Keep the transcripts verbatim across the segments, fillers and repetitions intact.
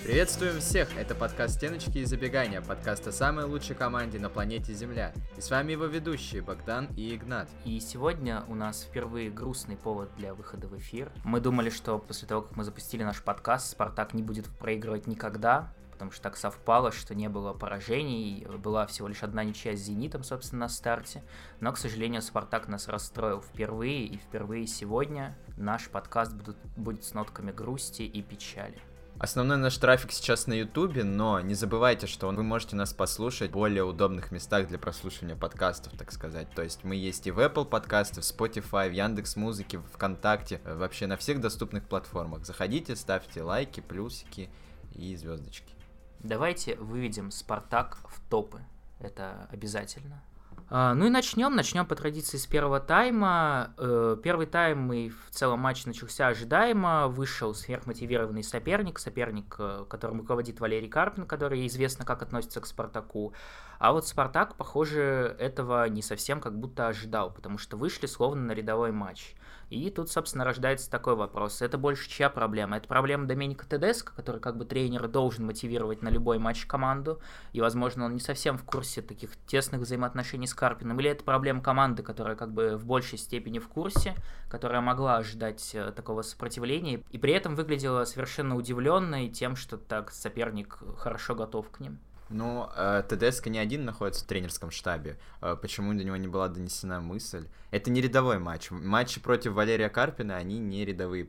Приветствуем всех! Это подкаст «Стеночки и забегания», подкаст о самой лучшей команде на планете Земля. И с вами его ведущие Богдан и Игнат. И сегодня у нас впервые грустный повод для выхода в эфир. Мы думали, что после того, как мы запустили наш подкаст, «Спартак» не будет проигрывать никогда, потому что так совпало, что не было поражений, была всего лишь одна ничья с «Зенитом», собственно, на старте. Но, к сожалению, «Спартак» нас расстроил впервые, и впервые сегодня наш подкаст будет, будет с нотками грусти и печали. Основной наш трафик сейчас на Ютубе, но не забывайте, что вы можете нас послушать в более удобных местах для прослушивания подкастов, так сказать. То есть мы есть и в Apple подкастах, в Spotify, в Яндекс.Музыке, в ВКонтакте, вообще на всех доступных платформах. Заходите, ставьте лайки, плюсики и звездочки. Давайте выведем «Спартак» в топы. Это обязательно. А, ну и начнем. Начнем по традиции с первого тайма. Э, первый тайм и в целом матч начался ожидаемо. Вышел сверхмотивированный соперник. Соперник, которым руководит Валерий Карпин, который известно, как относится к «Спартаку». А вот «Спартак», похоже, этого не совсем как будто ожидал, потому что вышли словно на рядовой матч. И тут, собственно, рождается такой вопрос. Это больше чья проблема? Это проблема Доменика Тедеско, который как бы тренер должен мотивировать на любой матч команду, и, возможно, он не совсем в курсе таких тесных взаимоотношений с Карпином. Или это проблема команды, которая как бы в большей степени в курсе, которая могла ожидать такого сопротивления, и при этом выглядела совершенно удивленной тем, что так соперник хорошо готов к ним. Ну, э, Тедеско не один находится в тренерском штабе. Э, почему до него не была донесена мысль? Это не рядовой матч. Матчи против Валерия Карпина, они не рядовые.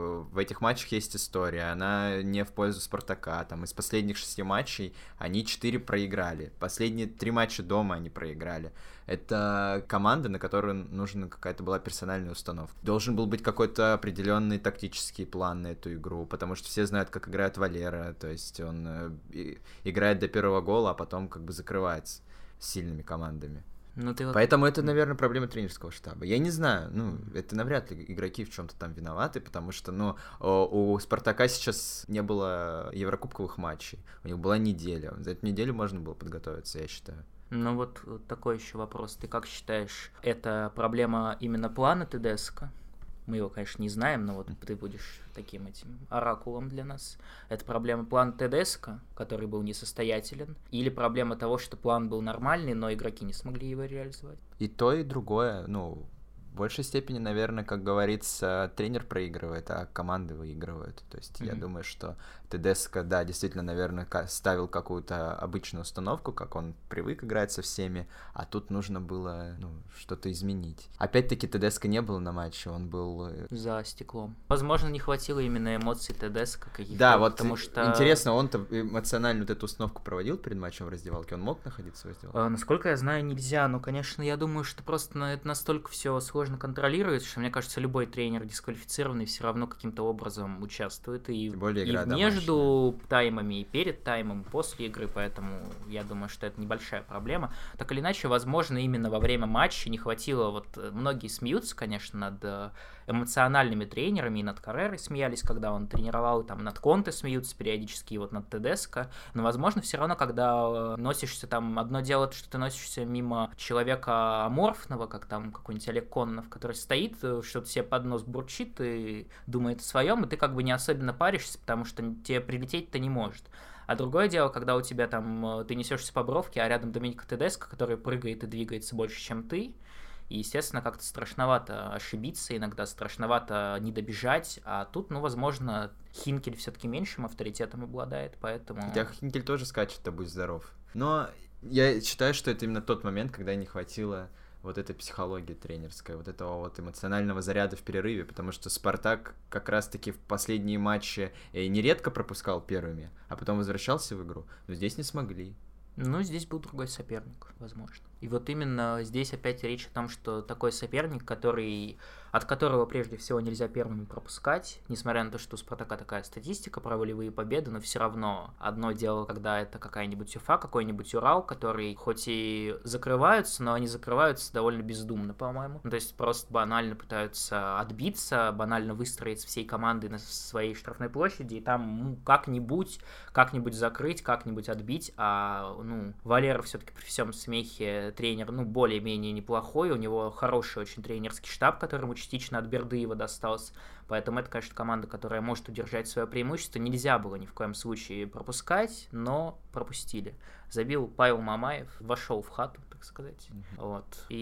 В этих матчах есть история. Она не в пользу «Спартака». Там из последних шести матчей они четыре проиграли. Последние три матча дома они проиграли. Это команда, на которую нужна какая-то была персональная установка. Должен был быть какой-то определенный тактический план на эту игру, потому что все знают, как играет Валера. То есть он э, играет до первого гола, а потом как бы закрывается с сильными командами. Ну, ты вот... Поэтому это, наверное, проблема тренерского штаба. Я не знаю, ну, это навряд ли игроки в чем-то там виноваты, потому что, ну, у «Спартака» сейчас не было еврокубковых матчей, у них была неделя. За эту неделю можно было подготовиться, я считаю. Ну вот такой еще вопрос. Ты как считаешь, это проблема именно плана Тедеско? Мы его, конечно, не знаем, но вот ты будешь таким этим оракулом для нас. Это проблема плана Тедеско, который был несостоятелен, или проблема того, что план был нормальный, но игроки не смогли его реализовать? И то, и другое. Ну, в большей степени, наверное, как говорится, тренер проигрывает, а команды выигрывают. То есть mm-hmm. я думаю, что Тедеско, да, действительно, наверное, ставил какую-то обычную установку, как он привык играть со всеми, а тут нужно было, ну, что-то изменить. Опять-таки, Тедеско не был на матче, он был... За стеклом. Возможно, не хватило именно эмоций Тедеско каких-то. Да, вот потому что... интересно, он-то эмоционально вот эту установку проводил перед матчем в раздевалке? Он мог находиться в раздевалке? А, насколько я знаю, нельзя, но, конечно, я думаю, что просто это настолько все сложно контролируется, что, мне кажется, любой тренер дисквалифицированный все равно каким-то образом участвует и, Тем более и игра между домашняя. таймами, и перед таймом, и после игры, поэтому я думаю, что это небольшая проблема. Так или иначе, возможно, именно во время матча не хватило, вот многие смеются, конечно, над эмоциональными тренерами, и над Каррерой смеялись, когда он тренировал, там, над Конте смеются периодически, и вот над Тедеско, но, возможно, все равно, когда носишься, там, одно дело, что ты носишься мимо человека аморфного, как там какой-нибудь Олег Кононов, который стоит, что-то себе под нос бурчит и думает о своем, и ты как бы не особенно паришься, потому что тебе прилететь-то не может. А другое дело, когда у тебя там, ты несешься по бровке, а рядом Доменико Тедеско, который прыгает и двигается больше, чем ты, и, естественно, как-то страшновато ошибиться, иногда страшновато не добежать, а тут, ну, возможно, Хинкель все-таки меньшим авторитетом обладает, поэтому... Хотя Хинкель тоже скачет, да будь здоров. Но я считаю, что это именно тот момент, когда не хватило вот этой психологии тренерской, вот этого вот эмоционального заряда в перерыве, потому что «Спартак» как раз-таки в последние матчи нередко пропускал первыми, а потом возвращался в игру, но здесь не смогли. Ну, здесь был другой соперник, возможно. И вот именно здесь опять речь о том, что такой соперник, который, от которого прежде всего нельзя первыми пропускать, несмотря на то, что у «Спартака» такая статистика про волевые победы, но все равно одно дело, когда это какая-нибудь Уфа, какой-нибудь Урал, которые хоть и закрываются, но они закрываются довольно бездумно, по-моему. Ну, то есть просто банально пытаются отбиться, банально выстроить всей командой на своей штрафной площади и там ну, как-нибудь, как-нибудь закрыть, как-нибудь отбить, а ну, Валера все-таки при всем смехе тренер, ну, более-менее неплохой, у него хороший очень тренерский штаб, которому частично от Бердыева достался, поэтому это, конечно, команда, которая может удержать свое преимущество, нельзя было ни в коем случае пропускать, но пропустили. Забил Павел Мамаев, вошел в хату, так сказать. Mm-hmm. Вот.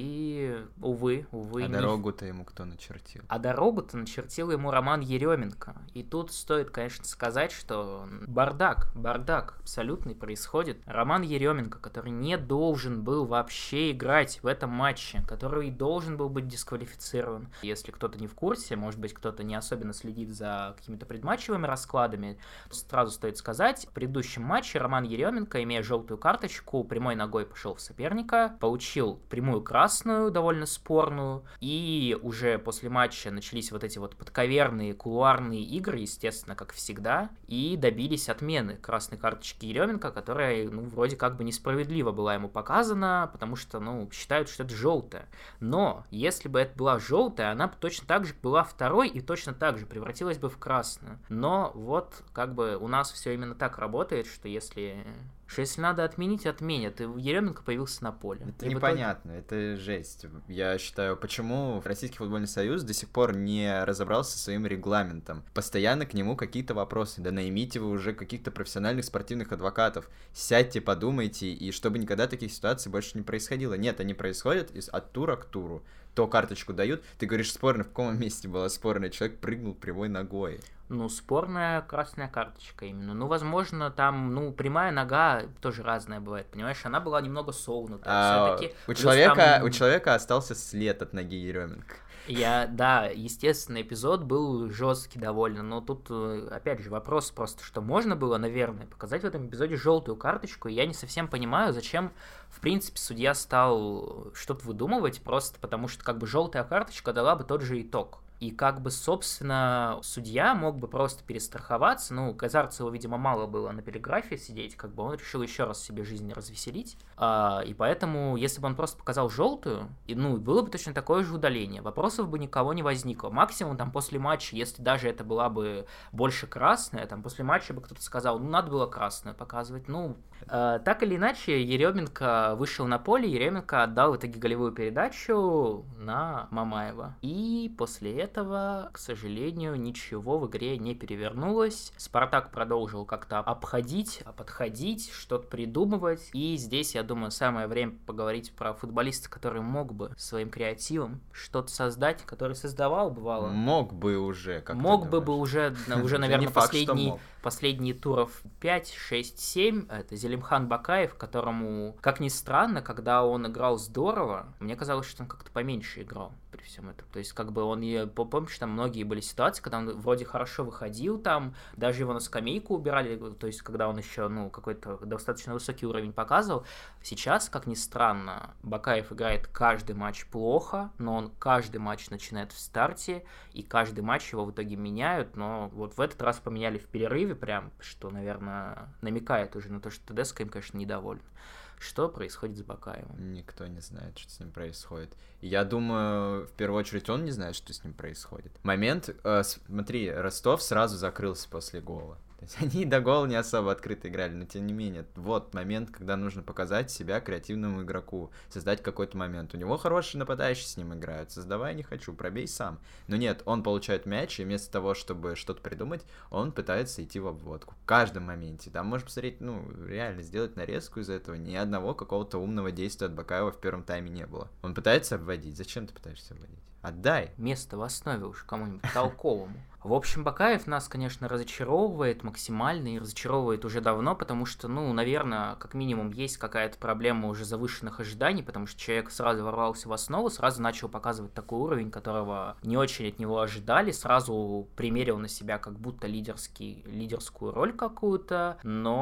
И, увы, увы... А не... дорогу-то ему кто начертил? А дорогу-то начертил ему Роман Еременко. И тут стоит, конечно, сказать, что бардак, бардак абсолютный происходит. Роман Еременко, который не должен был вообще играть в этом матче, который должен был быть дисквалифицирован. Если кто-то не в курсе, может быть, кто-то не особенно следит за какими-то предматчевыми раскладами, сразу стоит сказать, в предыдущем матче Роман Еременко, имея желтую карточку, прямой ногой пошел в соперника, получил прямую красную, довольно спорную, и уже после матча начались вот эти вот подковерные кулуарные игры, естественно, как всегда, и добились отмены красной карточки Еременко, которая, ну, вроде как бы несправедливо была ему показана, потому что, ну, считают, что это желтая. Но, если бы это была желтая, она бы точно так же была второй и точно так же превратилась бы в красную. Но вот, как бы, у нас все именно так работает, что если... что если надо отменить, отменят. И Еременко появился на поле. Это и непонятно, итоге... это жесть. Я считаю, почему Российский футбольный союз до сих пор не разобрался со своим регламентом. Постоянно к нему какие-то вопросы. Да наймите вы уже каких-то профессиональных спортивных адвокатов. Сядьте, подумайте, и чтобы никогда таких ситуаций больше не происходило. Нет, они происходят из от тура к туру. То карточку дают, ты говоришь, спорно, в каком месте была спорная? Человек прыгнул прямой ногой. Ну, спорная красная карточка именно. Ну, возможно, там, ну, прямая нога тоже разная бывает, понимаешь? Она была немного согнута. А, все-таки. У человека, там... у человека остался след от ноги Еременко. Я, да, естественно, эпизод был жесткий довольно, но тут, опять же, вопрос просто, что можно было, наверное, показать в этом эпизоде желтую карточку, и я не совсем понимаю, зачем, в принципе, судья стал что-то выдумывать, просто потому что, как бы, желтая карточка дала бы тот же итог. И как бы, собственно, судья мог бы просто перестраховаться. Ну, Казарцеву, видимо, мало было на полиграфе сидеть, как бы он решил еще раз себе жизнь развеселить. А, и поэтому, если бы он просто показал желтую, и, ну, было бы точно такое же удаление. Вопросов бы никого не возникло. Максимум там после матча, если даже это была бы больше красная, там после матча бы кто-то сказал, ну, надо было красную показывать. Ну, а, так или иначе, Еременко вышел на поле, Еременко отдал в итоге голевую передачу на Мамаева. И после этого этого, к сожалению, ничего в игре не перевернулось. Спартак продолжил как-то обходить, подходить, что-то придумывать. И здесь, я думаю, самое время поговорить про футболиста, который мог бы своим креативом что-то создать, который создавал, бывало. Мог бы уже, как Мог бы бы уже, уже, наверное, последний... последние туров пять, шесть, семь, это Зелимхан Бакаев, которому, как ни странно, когда он играл здорово, мне казалось, что он как-то поменьше играл при всем этом. То есть, как бы он, помнишь, там многие были ситуации, когда он вроде хорошо выходил, там, даже его на скамейку убирали, то есть, когда он еще, ну, какой-то достаточно высокий уровень показывал. Сейчас, как ни странно, Бакаев играет каждый матч плохо, но он каждый матч начинает в старте, и каждый матч его в итоге меняют, но вот в этот раз поменяли в перерыве прям, что, наверное, намекает уже на то, что ТДСК им, конечно, недоволен. Что происходит с Бакаевым? Никто не знает, что с ним происходит. И я думаю, в первую очередь, он не знает, что с ним происходит. Момент, э, смотри, Ростов сразу закрылся после гола. То есть они до гола не особо открыто играли, но тем не менее, вот момент, когда нужно показать себя креативному игроку, создать какой-то момент. У него хорошие нападающие с ним играют, создавай не хочу, пробей сам. Но нет, он получает мяч, и вместо того, чтобы что-то придумать, он пытается идти в обводку. В каждом моменте. Там можно посмотреть, ну, реально сделать нарезку из этого. Ни одного какого-то умного действия от Бакаева в первом тайме не было. Он пытается обводить. Зачем ты пытаешься обводить? Отдай. Место в основе уж кому-нибудь толковому. В общем, Бакаев нас, конечно, разочаровывает максимально и разочаровывает уже давно, потому что, ну, наверное, как минимум есть какая-то проблема уже завышенных ожиданий, потому что человек сразу ворвался в основу, сразу начал показывать такой уровень, которого не очень от него ожидали, сразу примерил на себя как будто лидерский, лидерскую роль какую-то,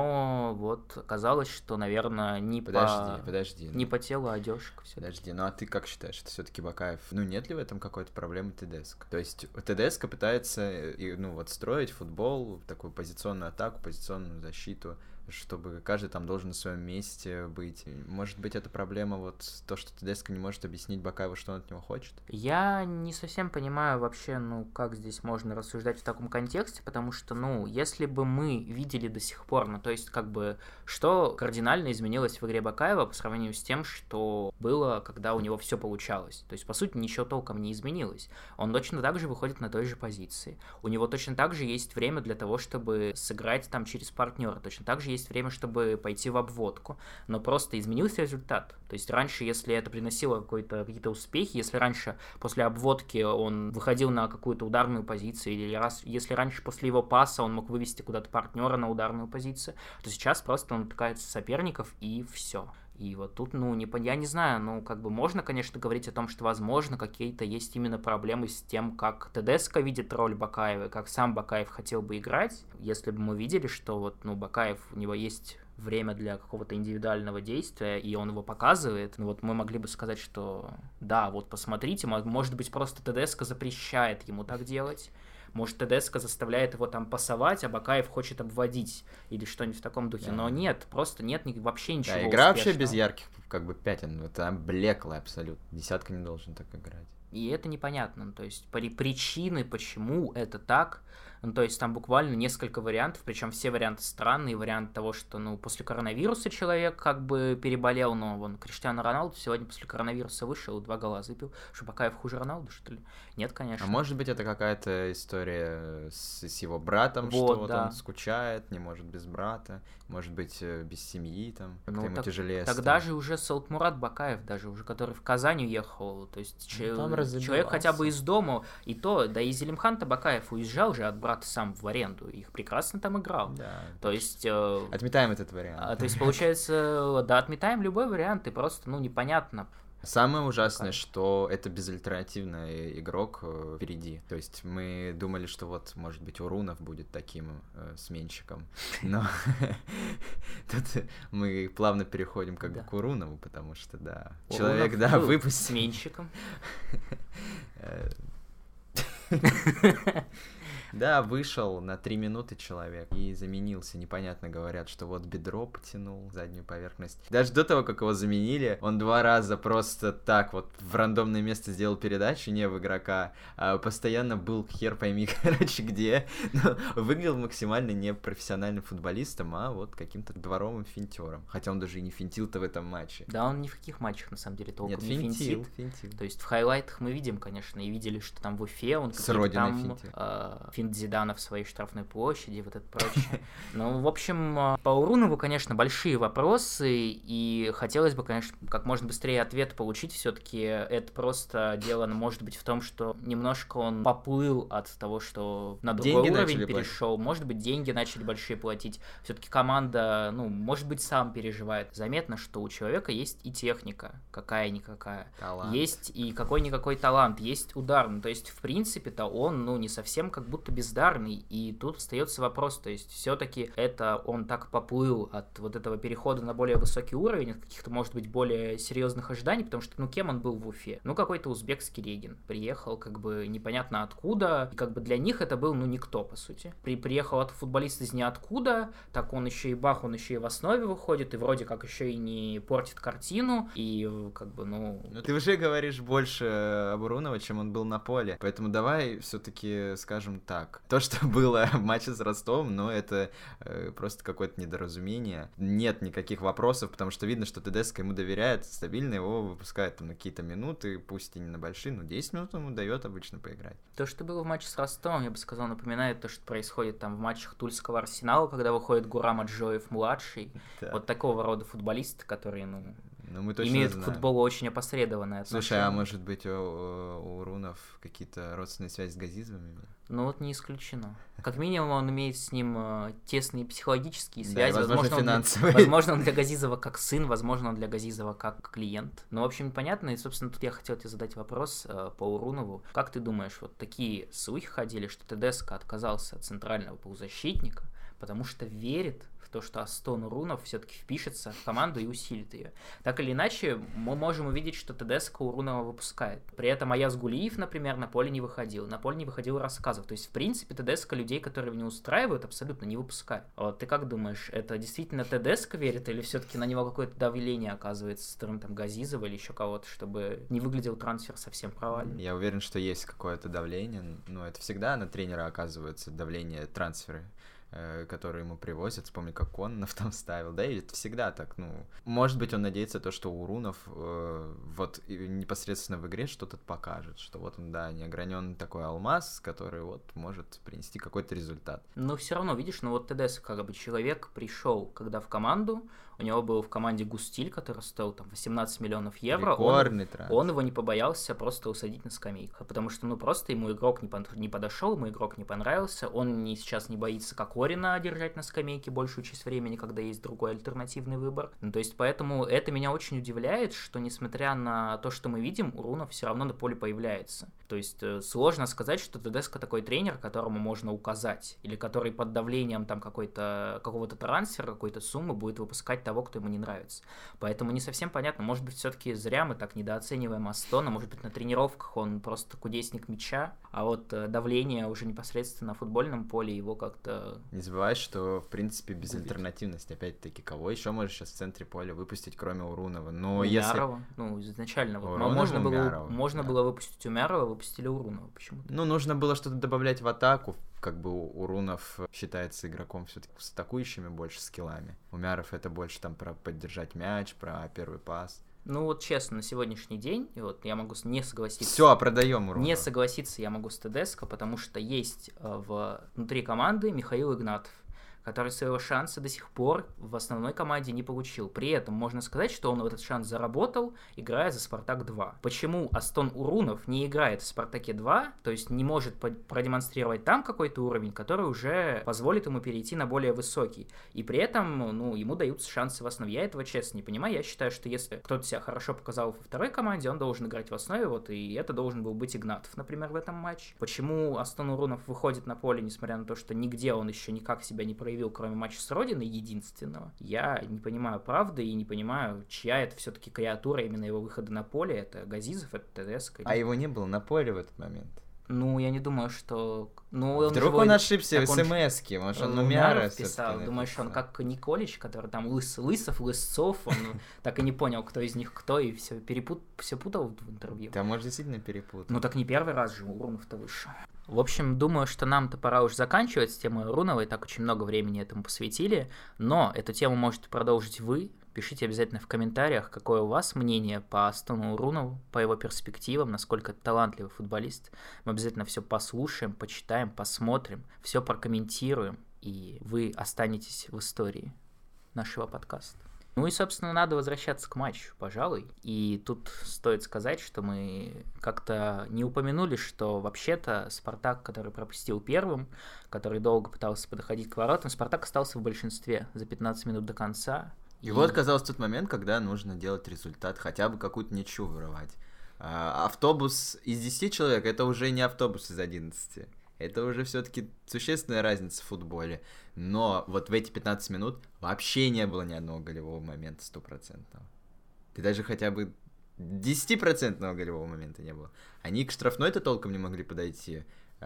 но вот оказалось, что, наверное, не подожди, по... Подожди, не ну... по телу одежек. Подожди, ну а ты как считаешь, что все-таки Бакаев, ну нет ли в этом какой-то проблемы ТДСК? То есть ТДСК пытается и, ну, вот, строить футбол, такую позиционную атаку, позиционную защиту. чтобы каждый там должен на своем месте быть. Может быть, это проблема вот то, что Тедеско не может объяснить Бакаеву, что он от него хочет? Я не совсем понимаю вообще, ну, как здесь можно рассуждать в таком контексте, потому что, ну, если бы мы видели до сих пор, ну, то есть, как бы, что кардинально изменилось в игре Бакаева по сравнению с тем, что было, когда у него все получалось. То есть, по сути, ничего толком не изменилось. Он точно так же выходит на той же позиции. У него точно так же есть время для того, чтобы сыграть там через партнера. Точно так же есть время, чтобы пойти в обводку. Но просто изменился результат. То есть раньше, если это приносило какой-то, какие-то успехи, если раньше после обводки он выходил на какую-то ударную позицию, или раз, если раньше после его паса он мог вывести куда-то партнера на ударную позицию, то сейчас просто он натыкается соперников и все. И вот тут, ну, не, я не знаю, ну, как бы можно, конечно, говорить о том, что, возможно, какие-то есть именно проблемы с тем, как Тедеско видит роль Бакаева, как сам Бакаев хотел бы играть. Если бы мы видели, что вот, ну, Бакаев, у него есть время для какого-то индивидуального действия, и он его показывает, ну, вот мы могли бы сказать, что да, вот посмотрите, может быть, просто Тедеско запрещает ему так делать. Может, Тедеско заставляет его там пасовать, а Бакаев хочет обводить или что-нибудь в таком духе. Да. Но нет, просто нет ни, вообще ничего да, игра успешного. Вообще без ярких как бы пятен. Это блеклая абсолютно. Десятка не должен так играть. И это непонятно. То есть причины, почему это так. Ну, то есть там буквально несколько вариантов, причем все варианты странные. Вариант того, что, ну, после коронавируса человек как бы переболел, но вон Криштиану Роналду сегодня после коронавируса вышел, два гола забил. Что, Бакаев хуже Роналду, что ли? Нет, конечно. А может быть, это какая-то история с, с его братом, вот, что вот да. он скучает, не может без брата, может быть, без семьи, там, как-то ну, ему так, тяжелее Тогда же уже Салтмурат Бакаев, даже уже, который в Казань уехал, то есть ну, ч- человек хотя бы из дома, и то, да и Зелимхан-то Бакаев уезжал же от брата сам в аренду, их прекрасно там играл. Да. То есть... Э, отметаем этот вариант. А, то есть, получается, да, отметаем любой вариант, и просто, ну, непонятно. Самое ужасное, Какая? что это безальтернативный игрок э, впереди. То есть мы думали, что вот, может быть, Урунов будет таким э, сменщиком, но тут мы плавно переходим как бы к Урунову, потому что, да, человек, да, выпустил... Сменщиком. Да, вышел на три минуты человек и заменился. Непонятно, говорят, что вот бедро потянул, заднюю поверхность. Даже до того, как его заменили, он два раза просто так вот в рандомное место сделал передачу, не в игрока, а постоянно был хер пойми, короче, где. Но выглядел максимально не профессиональным футболистом, а вот каким-то дворовым финтером. Хотя он даже и не финтил-то в этом матче. Да, он ни в каких матчах, на самом деле, толком Нет, не финтил, финтит. финтил. То есть в хайлайтах мы видим, конечно, и видели, что там в Уфе он с родиной там... финтил. Э, финт Зидана в своей штрафной площади, вот это прочее. Ну, в общем, по Урунову, конечно, большие вопросы, и хотелось бы, конечно, как можно быстрее ответ получить. Все-таки это просто дело, может быть, в том, что немножко он поплыл от того, что на другой деньги уровень перешел. Платить. Может быть, деньги начали большие платить. Все-таки команда, ну, может быть, сам переживает. Заметно, что у человека есть и техника, какая-никакая. Талант. Есть и какой-никакой талант, есть удар. Ну, то есть, в принципе-то он, ну, не совсем как будто бездарный. И тут остается вопрос, то есть все-таки это он так поплыл от вот этого перехода на более высокий уровень, от каких-то, может быть, более серьезных ожиданий, потому что, ну, кем он был в Уфе? Ну, какой-то узбекский Регин. Приехал, как бы, непонятно откуда, и как бы для них это был, ну, никто, по сути. При, приехал от футболиста из ниоткуда, так он еще и бах, он еще и в основе выходит, и вроде как еще и не портит картину, и как бы, ну... Ну, ты уже говоришь больше об Урунове, чем он был на поле, поэтому давай все-таки скажем так. То, что было в матче с Ростовом, но это э, просто какое-то недоразумение. Нет никаких вопросов, потому что видно, что Тедеско ему доверяет, стабильно его выпускает там на какие-то минуты, пусть и не на большие, но десять минут ему дает обычно поиграть. То, что было в матче с Ростовом, я бы сказал, напоминает то, что происходит там в матчах Тульского Арсенала, когда выходит Гурам Аджоев-младший. Да. Вот такого рода футболисты, которые, ну... Но мы имеют знаем. к футболу очень опосредованное отношение. Слушай, а может быть у, у Урунов какие-то родственные связи с Газизовыми? Ну вот не исключено. Как минимум он имеет с ним э, тесные психологические связи. Да, возможно, возможно, финансовые. Он для, возможно, он для Газизова как сын, возможно, он для Газизова как клиент. Ну, в общем, понятно. И, собственно, тут я хотел тебе задать вопрос э, по Урунову. Как ты думаешь, вот такие слухи ходили, что Тедеско отказался от центрального полузащитника, потому что верит в то, что Астон Урунов все-таки впишется в команду и усилит ее. Так или иначе, мы можем увидеть, что ТДСК Урунова выпускает. При этом Аяз Гулиев, например, на поле не выходил. На поле не выходил Рассказов. То есть, в принципе, ТДСК людей, которые не устраивают, абсолютно не выпускает. Вот ты как думаешь, это действительно ТДСК верит, или все-таки на него какое-то давление оказывается со стороны там Газизова или еще кого-то, чтобы не выглядел трансфер совсем провальным? Я уверен, что есть какое-то давление. Но это всегда на тренера оказывается давление, трансферы, которые ему привозят. Вспомни, как Кононов там ставил, да, и это всегда так, ну, может быть, он надеется то, что Урунов э, вот непосредственно в игре что-то покажет, что вот он, да, неограненный такой алмаз, который вот может принести какой-то результат. Но все равно, видишь, ну вот ТДС, как бы человек пришел, когда в команду, у него был в команде Густиль, который стоил там восемнадцать миллионов евро, Рекордный он, он его не побоялся просто усадить на скамейку, потому что, ну, просто ему игрок не, по- не подошел, ему игрок не понравился, он не, сейчас не боится, как Орина, держать на скамейке большую часть времени, когда есть другой альтернативный выбор. Ну, то есть, поэтому это меня очень удивляет, что, несмотря на то, что мы видим, Урунов все равно на поле появляется. То есть, э, сложно сказать, что ТДСК такой тренер, которому можно указать, или который под давлением там какой-то, какого-то трансфера, какой-то суммы будет выпускать того, кто ему не нравится. Поэтому не совсем понятно, может быть, все-таки зря мы так недооцениваем Астона, может быть, на тренировках он просто кудесник мяча, а вот э, давление уже непосредственно на футбольном поле его как-то... Не забывай, что, в принципе, безальтернативность, опять-таки, кого еще можешь сейчас в центре поля выпустить, кроме Урунова? Но Умярова, если... ну, изначально, вот, Урунова, можно, было, Умярова, можно да. было выпустить Умярова, выпустили Урунова почему-то. Ну, нужно было что-то добавлять в атаку, как бы Урунов считается игроком все-таки с атакующими больше скиллами. Умяров это больше там про поддержать мяч, про первый пас. Ну вот честно, на сегодняшний день, вот я могу не согласиться. Все, продаем Урунова. Не согласиться я могу с ТДСК, потому что есть в, внутри команды Михаил Игнатов, который своего шанса до сих пор в основной команде не получил. При этом можно сказать, что он этот шанс заработал, играя за Спартак два. Почему Астон Урунов не играет в Спартаке два, то есть не может продемонстрировать там какой-то уровень, который уже позволит ему перейти на более высокий. И при этом, ну, ему даются шансы в основе. Я этого честно не понимаю. Я считаю, что если кто-то себя хорошо показал во второй команде, он должен играть в основе, вот, и это должен был быть Игнатов, например, в этом матче. Почему Астон Урунов выходит на поле, несмотря на то, что нигде он еще никак себя не проявил, кроме матча с Родиной, единственного, я не понимаю правды и не понимаю, чья это все-таки креатура именно его выхода на поле. Это Газизов, это ТДСК. А его не было на поле в этот момент? Ну, я не думаю, что... Ну, он Вдруг живой... он ошибся в он... смс-ке, может, он Умяров Умяра писал. Думаешь, он как Николич, который там Лыс... Лысов, Лысцов, он так и не понял, кто из них кто, и все перепут... все путал в интервью. Да, может, действительно перепутал. Ну, так не первый раз же, Урунов-то выше. В общем, думаю, что нам-то пора уже заканчивать с темой Уруновой, так очень много времени этому посвятили, но эту тему можете продолжить вы. Пишите обязательно в комментариях, какое у вас мнение по Астону Урунову, по его перспективам, насколько талантливый футболист. Мы обязательно все послушаем, почитаем, посмотрим, все прокомментируем, и вы останетесь в истории нашего подкаста. Ну и, собственно, надо возвращаться к матчу, пожалуй. И тут стоит сказать, что мы как-то не упомянули, что вообще-то Спартак, который пропустил первым, который долго пытался подходить к воротам, Спартак остался в большинстве за пятнадцать минут до конца. И, и вот казалось тот момент, когда нужно делать результат, хотя бы какую-то ничью вырывать. А, автобус из десяти человек — это уже не автобус из одиннадцати. Это уже все-таки существенная разница в футболе. Но вот в эти пятнадцать минут вообще не было ни одного голевого момента стопроцентного. И даже хотя бы десятипроцентного голевого момента не было. Они к штрафной-то толком не могли подойти.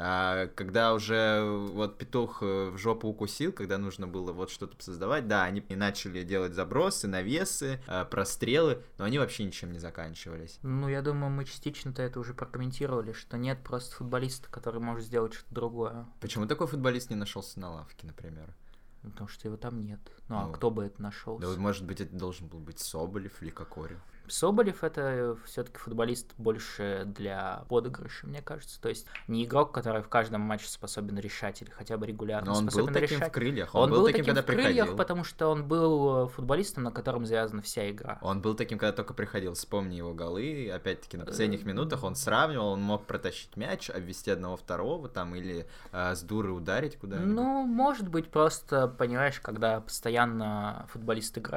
А когда уже вот петух в жопу укусил, когда нужно было вот что-то создавать, да, они начали делать забросы, навесы, прострелы, но они вообще ничем не заканчивались. Ну, я думаю, мы частично-то это уже прокомментировали, что нет просто футболиста, который может сделать что-то другое. Почему такой футболист не нашелся на лавке, например? Потому что его там нет. Ну, ну а кто бы это нашелся? Да, может быть, это должен был быть Соболев или Кокорин. Соболев — это все-таки футболист больше для подыгрыша, мне кажется. То есть не игрок, который в каждом матче способен решать или хотя бы регулярно Но он способен был таким решать. в крыльях. Он, он был, был таким, таким когда в крыльях, приходил. потому что он был футболистом, на котором завязана вся игра. Он был таким, когда только приходил. Вспомни его голы. Опять-таки на последних минутах он сравнивал, он мог протащить мяч, обвести одного-второго там или э, с дуры ударить куда-нибудь. Ну, может быть, просто, понимаешь, когда постоянно футболист играет,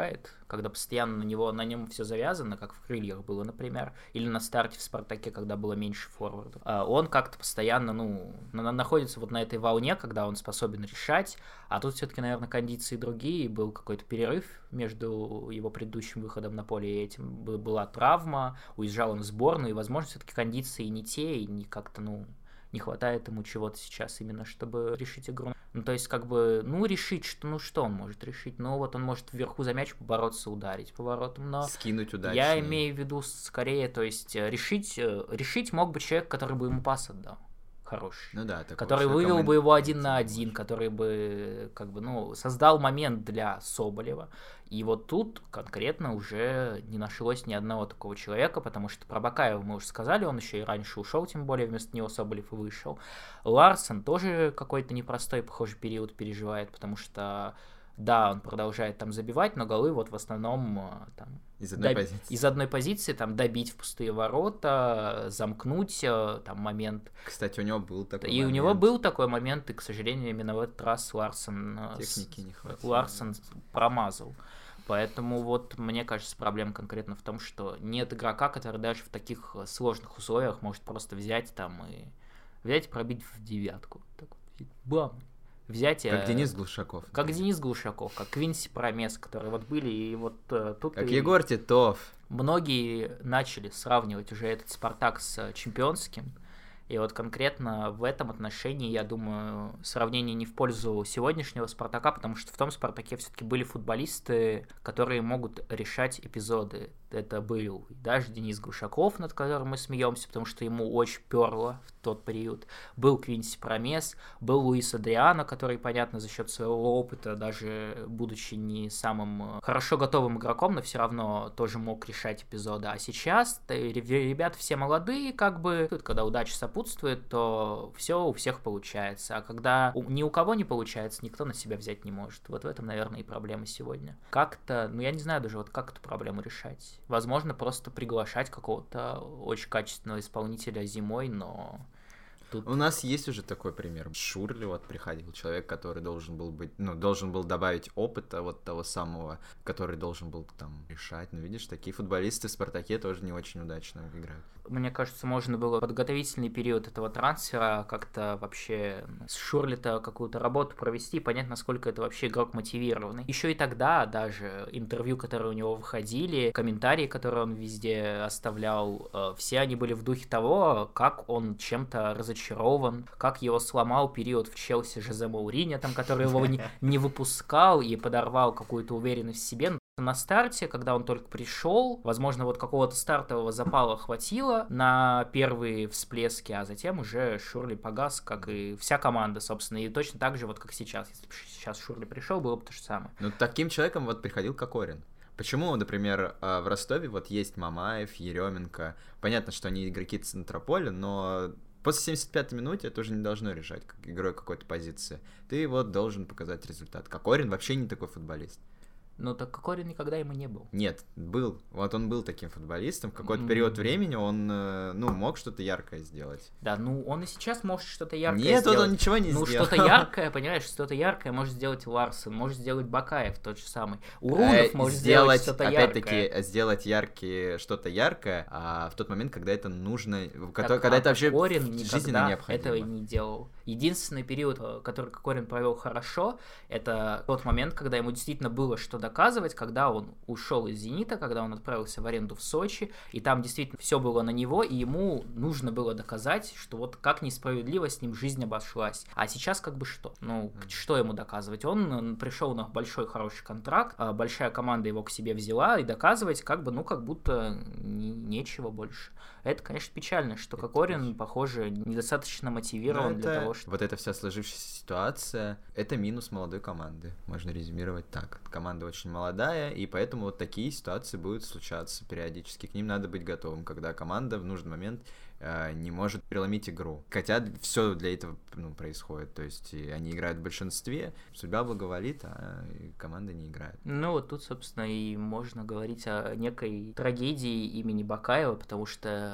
когда постоянно на него, на нем все завязано, как в «Крыльях» было, например, или на старте в «Спартаке», когда было меньше форвардов. Он как-то постоянно, ну, находится вот на этой волне, когда он способен решать, а тут все-таки, наверное, кондиции другие, был какой-то перерыв между его предыдущим выходом на поле и этим, была травма, уезжал он в сборную, и, возможно, все-таки кондиции не те, и не как-то, ну, не хватает ему чего-то сейчас именно, чтобы решить игру. Ну, то есть, как бы, ну, решить, что, ну, что он может решить? Ну, вот он может вверху за мяч побороться, ударить поворотом, но... Скинуть удачно. Я имею в виду скорее, то есть, решить, решить мог бы человек, который бы ему пас отдал. Хороший. Ну да, который вывел мы... бы его один на один, который бы, как бы, ну, создал момент для Соболева. И вот тут конкретно уже не нашлось ни одного такого человека, потому что про Бакаева мы уже сказали, он еще и раньше ушел, тем более вместо него Соболев и вышел. Ларсон тоже какой-то непростой, похожий период переживает, потому что, да, он продолжает там забивать, но голы вот в основном там, из одной, доб... позиции. из одной позиции, там, добить в пустые ворота, замкнуть там момент. Кстати, у него был такой и момент. у него был такой момент, и, к сожалению, именно в этот раз Ларсон, Техники не хватило. Ларсон промазал. Поэтому вот мне кажется, проблема конкретно в том, что нет игрока, который даже в таких сложных условиях может просто взять там и взять и пробить в девятку. Так, бам! Взять, как э, Денис Глушаков. Как например. Денис Глушаков, как Квинси Промес, которые вот были, и вот э, тут... Как и... Егор Титов. Многие начали сравнивать уже этот «Спартак» с чемпионским, и вот конкретно в этом отношении, я думаю, сравнение не в пользу сегодняшнего «Спартака», потому что в том «Спартаке» все-таки были футболисты, которые могут решать эпизоды. Это был даже Денис Глушаков, над которым мы смеемся, потому что ему очень перло в тот период. Был Квинси Промес, был Луис Адриано, который, понятно, за счет своего опыта, даже будучи не самым хорошо готовым игроком, но все равно тоже мог решать эпизоды. А сейчас ребята все молодые, как бы, когда удача сопутствует, то все у всех получается. А когда ни у кого не получается, никто на себя взять не может. Вот в этом, наверное, и проблема сегодня. Как-то, ну я не знаю даже, вот как эту проблему решать. Возможно, просто приглашать какого-то очень качественного исполнителя зимой, но... Тут... У нас есть уже такой пример. Шурли вот приходил, человек, который должен был быть, ну, должен был добавить опыта вот того самого, который должен был там решать. Ну, видишь, такие футболисты в «Спартаке» тоже не очень удачно играют. Мне кажется, можно было подготовительный период этого трансфера как-то вообще с Шурли-то какую-то работу провести, понять, насколько это вообще игрок мотивированный. Еще и тогда даже интервью, которые у него выходили, комментарии, которые он везде оставлял, все они были в духе того, как он чем-то разочарован, как его сломал период в Челси Жозе Моуриньо, там, который его не, не выпускал и подорвал какую-то уверенность в себе. На старте, когда он только пришел, возможно, вот какого-то стартового запала хватило на первые всплески, а затем уже Шурли погас, как и вся команда, собственно, и точно так же, вот как сейчас. Если бы сейчас Шурли пришел, было бы то же самое. Ну, таким человеком вот приходил Кокорин. Почему, например, в Ростове вот есть Мамаев, Еременко. Понятно, что они игроки центрополя, но... После семьдесят пятой минуты это уже не должно решать, как игрой какой-то позиции. Ты вот должен показать результат. Кокорин вообще не такой футболист. Ну, так Кокорин никогда ему не был. Нет, был. Вот он был таким футболистом. В какой-то mm-hmm. период времени он, ну, мог что-то яркое сделать. Да, ну, он и сейчас может что-то яркое Нет, сделать. Нет, он ничего не ну, сделал. Ну, что-то яркое, понимаешь, что-то яркое может сделать Ларсон, может сделать Бакаев тот же самый. Урунов э, может сделать что-то опять-таки, яркое. Опять-таки, сделать яркие, что-то яркое, а в тот момент, когда это нужно, так, когда а это вообще Кокорин жизненно необходимо. Этого не делал. Единственный период, который Кокорин провел хорошо, это тот момент, когда ему действительно было что доказывать, когда он ушел из «Зенита», когда он отправился в аренду в Сочи, и там действительно все было на него, и ему нужно было доказать, что вот как несправедливо с ним жизнь обошлась. А сейчас как бы что? Ну, mm. что ему доказывать? Он пришел на большой хороший контракт, большая команда его к себе взяла, и доказывать как бы, ну, как будто не, нечего больше. Это, конечно, печально, что это Кокорин, точно. Похоже, недостаточно мотивирован это, для того, чтобы... Вот эта вся сложившаяся ситуация, это минус молодой команды, можно резюмировать так. Команда очень молодая, и поэтому вот такие ситуации будут случаться периодически. К ним надо быть готовым, когда команда в нужный момент э, не может переломить игру. Хотя все для этого ну, происходит. То есть они играют в большинстве, судьба благоволит, а команда не играет. Ну вот тут, собственно, и можно говорить о некой трагедии имени Бакаева, потому что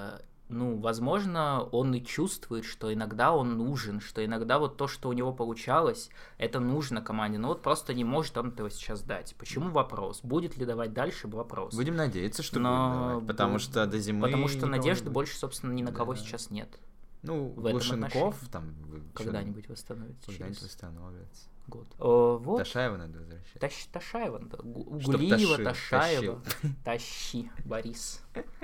ну, возможно, он и чувствует, что иногда он нужен, что иногда вот то, что у него получалось, это нужно команде, но вот просто не может он этого сейчас дать. Почему вопрос? Будет ли давать дальше? Вопрос. Будем надеяться, что но... будет давать, потому б... что до зимы... Потому что надежды больше, собственно, ни на кого да. сейчас нет. Ну, Глушенков там... Когда-нибудь восстановится. Когда-нибудь восстановится. Год. О, вот. Ташаева надо возвращать. Таш, Ташаева, да. Гулиева, Ташаева. Тащи, Борис.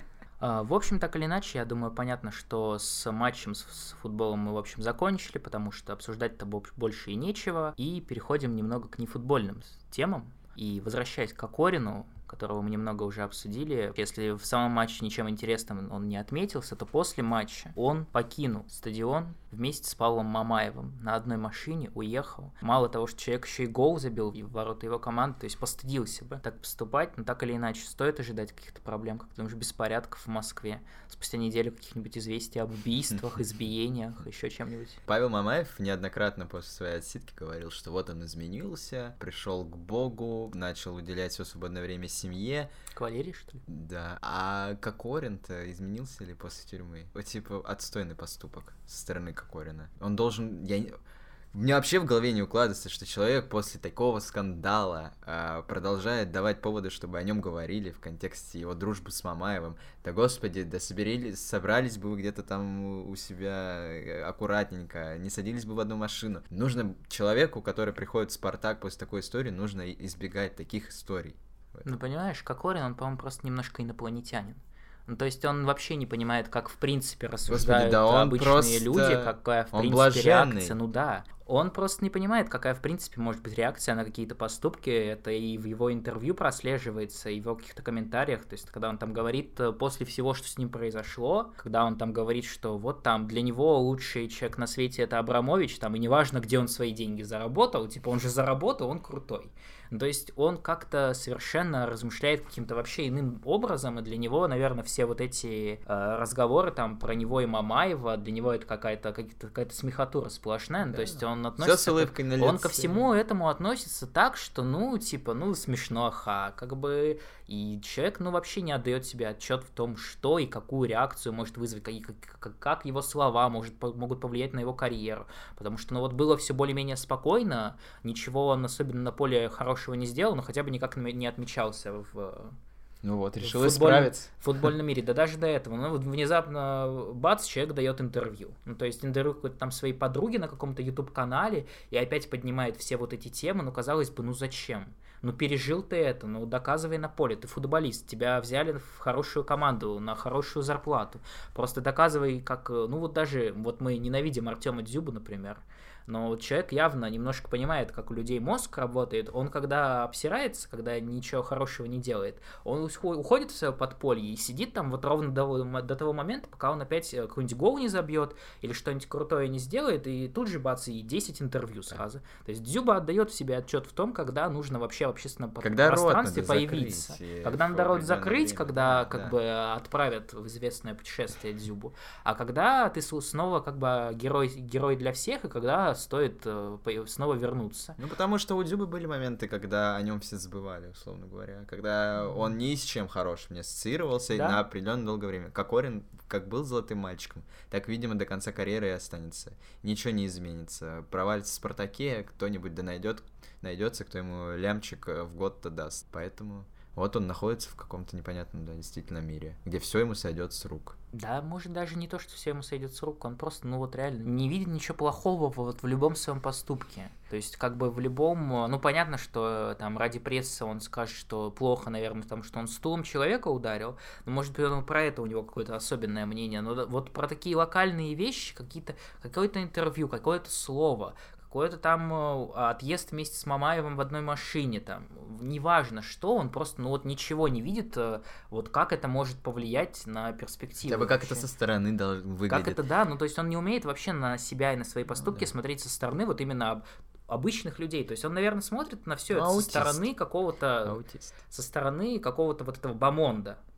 В общем, так или иначе, я думаю, понятно, что с матчем, с футболом мы, в общем, закончили, потому что обсуждать-то больше и нечего. И переходим немного к нефутбольным темам. И возвращаясь к Кокорину, которого мы немного уже обсудили, если в самом матче ничем интересным он не отметился, то после матча он покинул стадион вместе с Павлом Мамаевым на одной машине, уехал. Мало того, что человек еще и гол забил в ворота его команды, то есть постыдился бы так поступать, но так или иначе стоит ожидать каких-то проблем, как ты думаешь, беспорядков в Москве, спустя неделю каких-нибудь известий об убийствах, избиениях, еще чем-нибудь. Павел Мамаев неоднократно после своей отсидки говорил, что вот он изменился, пришел к Богу, начал уделять все свободное время семье. К Валерии, что ли? Да. А Кокорин-то изменился ли после тюрьмы? Вот, типа, отстойный поступок со стороны Кокорина. Он должен... Я... Мне вообще в голове не укладывается, что человек после такого скандала э, продолжает давать поводы, чтобы о нем говорили в контексте его дружбы с Мамаевым. Да господи, да соберились, собрались бы вы где-то там у себя аккуратненько, не садились бы в одну машину. Нужно человеку, который приходит в Спартак после такой истории, нужно избегать таких историй. Ну, понимаешь, Кокорин, он, по-моему, просто немножко инопланетянин. Ну, то есть он вообще не понимает, как в принципе рассуждают Господи, да обычные просто... люди, какая в он принципе блаженный. реакция. Ну да. Он просто не понимает, какая в принципе может быть реакция на какие-то поступки. Это и в его интервью прослеживается, и в его каких-то комментариях. То есть, когда он там говорит после всего, что с ним произошло, когда он там говорит, что вот там для него лучший человек на свете это Абрамович, там, и неважно, где он свои деньги заработал, типа он же заработал, он крутой. То есть он как-то совершенно размышляет каким-то вообще иным образом, и для него, наверное, все вот эти э, разговоры там про него и Мамаева, для него это какая-то, какая-то смехотура сплошная, да. То есть он относится... К... Он ко всему этому относится так, что, ну, типа, ну, смешно, ха, как бы... И человек, ну, вообще не отдает себе отчет в том, что и какую реакцию может вызвать, как, как, как его слова может, могут повлиять на его карьеру. Потому что, ну, вот было все более-менее спокойно, ничего он особенно на поле хорошего не сделал, но хотя бы никак не отмечался в... Ну вот, решил в исправиться. В футбольном мире, да даже до этого. Ну вот внезапно, бац, человек дает интервью. Ну то есть интервью какой-то там своей подруге на каком-то YouTube-канале и опять поднимает все вот эти темы. Ну казалось бы, ну зачем? Ну пережил ты это, ну доказывай на поле. Ты футболист, тебя взяли в хорошую команду, на хорошую зарплату. Просто доказывай, как... Ну вот даже, вот мы ненавидим Артема Дзюбу, например. Но человек явно немножко понимает, как у людей мозг работает. Он, когда обсирается, когда ничего хорошего не делает, он уходит в свое подполье и сидит там вот ровно до, до того момента, пока он опять какой-нибудь гол не забьет или что-нибудь крутое не сделает, и тут же, бац, и десять интервью сразу. То есть Дзюба отдает себе отчет в том, когда нужно вообще в общественном когда пространстве появиться. Когда надо рот закрыть, время, когда да, как да. бы отправят в известное путешествие Дзюбу. А когда ты снова как бы герой, герой для всех, и когда стоит э, снова вернуться. Ну, потому что у Дзюбы были моменты, когда о нем все забывали, условно говоря. Когда mm-hmm. он ни с чем хорошим не ассоциировался да? на определенное долгое время. Кокорин как был золотым мальчиком, так, видимо, до конца карьеры и останется. Ничего не изменится. Провалится в Спартаке, кто-нибудь да найдет, найдется, кто ему лямчик в год-то даст. Поэтому... Вот он находится в каком-то непонятном, да, действительно мире, где все ему сойдет с рук. Да, может даже не то, что все ему сойдет с рук, он просто, ну вот реально, не видит ничего плохого вот в любом своем поступке. То есть как бы в любом, ну понятно, что там ради прессы он скажет, что плохо, наверное, потому что он стулом человека ударил, но может быть он про это у него какое-то особенное мнение, но вот про такие локальные вещи, какие-то, какое-то интервью, какое-то слово, какой-то там отъезд вместе с Мамаевым в одной машине, там, неважно что, он просто, ну вот ничего не видит, вот как это может повлиять на перспективу. Хотя бы как это со стороны выглядит. Как это, да, ну то есть он не умеет вообще на себя и на свои поступки ну, да. смотреть со стороны, вот именно обычных людей, то есть он, наверное, смотрит на все ну, это аутист. со стороны какого-то, аутист. со стороны какого-то вот этого бомонда.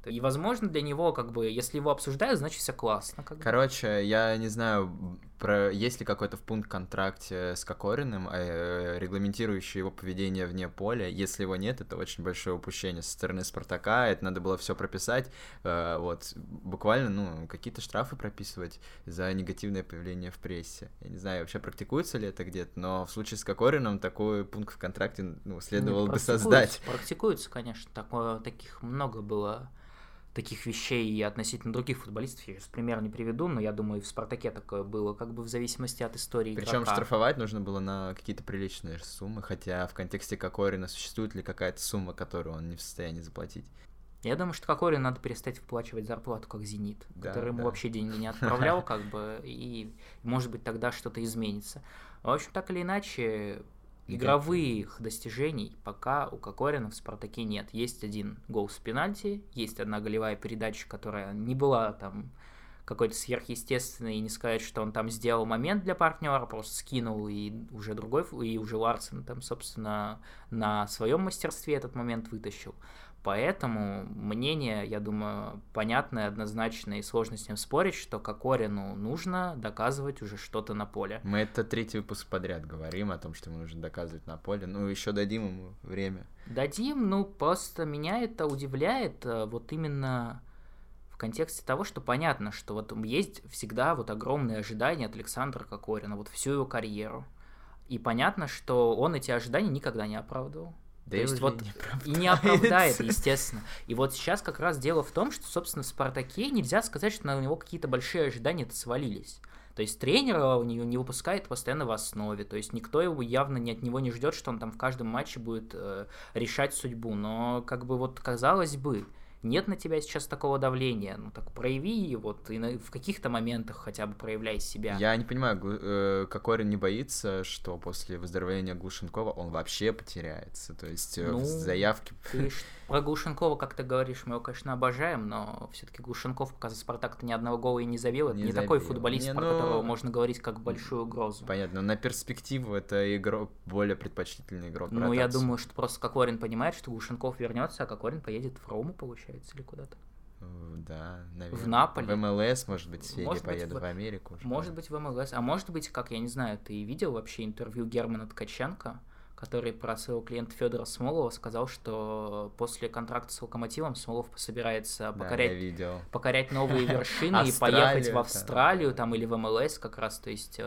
И, возможно, для него, как бы, если его обсуждают, значит, все классно. Как бы. Короче, я не знаю, про... есть ли какой-то пункт в контракте с Кокориным, э, регламентирующий его поведение вне поля. Если его нет, это очень большое упущение со стороны Спартака, это надо было все прописать, э, вот, буквально, ну, какие-то штрафы прописывать за негативное появление в прессе. Я не знаю, вообще практикуется ли это где-то, но в случае с Кокориным такой пункт в контракте, ну, следовало бы создать. Практикуется, конечно, такое, таких много было таких вещей и относительно других футболистов. Я сейчас пример не приведу, но я думаю, и в «Спартаке» такое было, как бы в зависимости от истории игрока. Причем штрафовать нужно было на какие-то приличные суммы, хотя в контексте Кокорина существует ли какая-то сумма, которую он не в состоянии заплатить? Я думаю, что Кокорину надо перестать выплачивать зарплату, как «Зенит», да, который ему да. вообще деньги не отправлял, как бы, и, может быть, тогда что-то изменится. В общем, так или иначе, игровых достижений пока у Кокорина в «Спартаке» нет. Есть один гол с пенальти, есть одна голевая передача, которая не была там какой-то сверхъестественной, и не сказать, что он там сделал момент для партнера, просто скинул, и уже другой, и уже Ларсен там, собственно, на своем мастерстве этот момент вытащил. Поэтому мнение, я думаю, понятное, однозначное, и сложно с ним спорить, что Кокорину нужно доказывать уже что-то на поле. Мы это третий выпуск подряд говорим о том, что ему нужно доказывать на поле. Ну, еще дадим ему время. Дадим, ну, просто меня это удивляет, вот именно в контексте того, что понятно, что вот есть всегда вот огромные ожидания от Александра Кокорина, вот всю его карьеру. И понятно, что он эти ожидания никогда не оправдывал. Да То и есть вот не и не оправдает, естественно. И вот сейчас как раз дело в том, что, собственно, в «Спартаке» нельзя сказать, что на него какие-то большие ожидания-то свалились. То есть тренер у него не выпускает постоянно в основе, то есть никто его явно не от него не ждет, что он там в каждом матче будет э, решать судьбу. Но как бы вот казалось бы, нет на тебя сейчас такого давления, ну так прояви, вот, и на, в каких-то моментах хотя бы проявляй себя. Я не понимаю, э, Кокорин не боится, что после выздоровления Глушенкова он вообще потеряется, то есть э, ну, в заявке... Ты про Глушенкова, как ты говоришь, мы его, конечно, обожаем, но все-таки Глушенков, пока за «Спартак»-то ни одного гола и не забил, это не, не забил. Такой футболист, не, про ну... которого можно говорить как большую угрозу. Понятно, но на перспективу это игрок, более предпочтительный игрок. Ну, я думаю, что просто Кокорин понимает, что Глушенков вернется, а Кокорин поедет в Рому, получается, или куда-то. Да, наверное. В Наполе. В МЛС, может быть, Федя поедет в... в Америку. Уже. Может быть, в МЛС. А может быть, как, я не знаю, ты видел вообще интервью Германа Ткаченко, который про своего клиента Федора Смолова сказал, что после контракта с «Локомотивом» Смолов собирается покорять, да, покорять новые вершины и поехать в Австралию там, или в МЛС как раз, то есть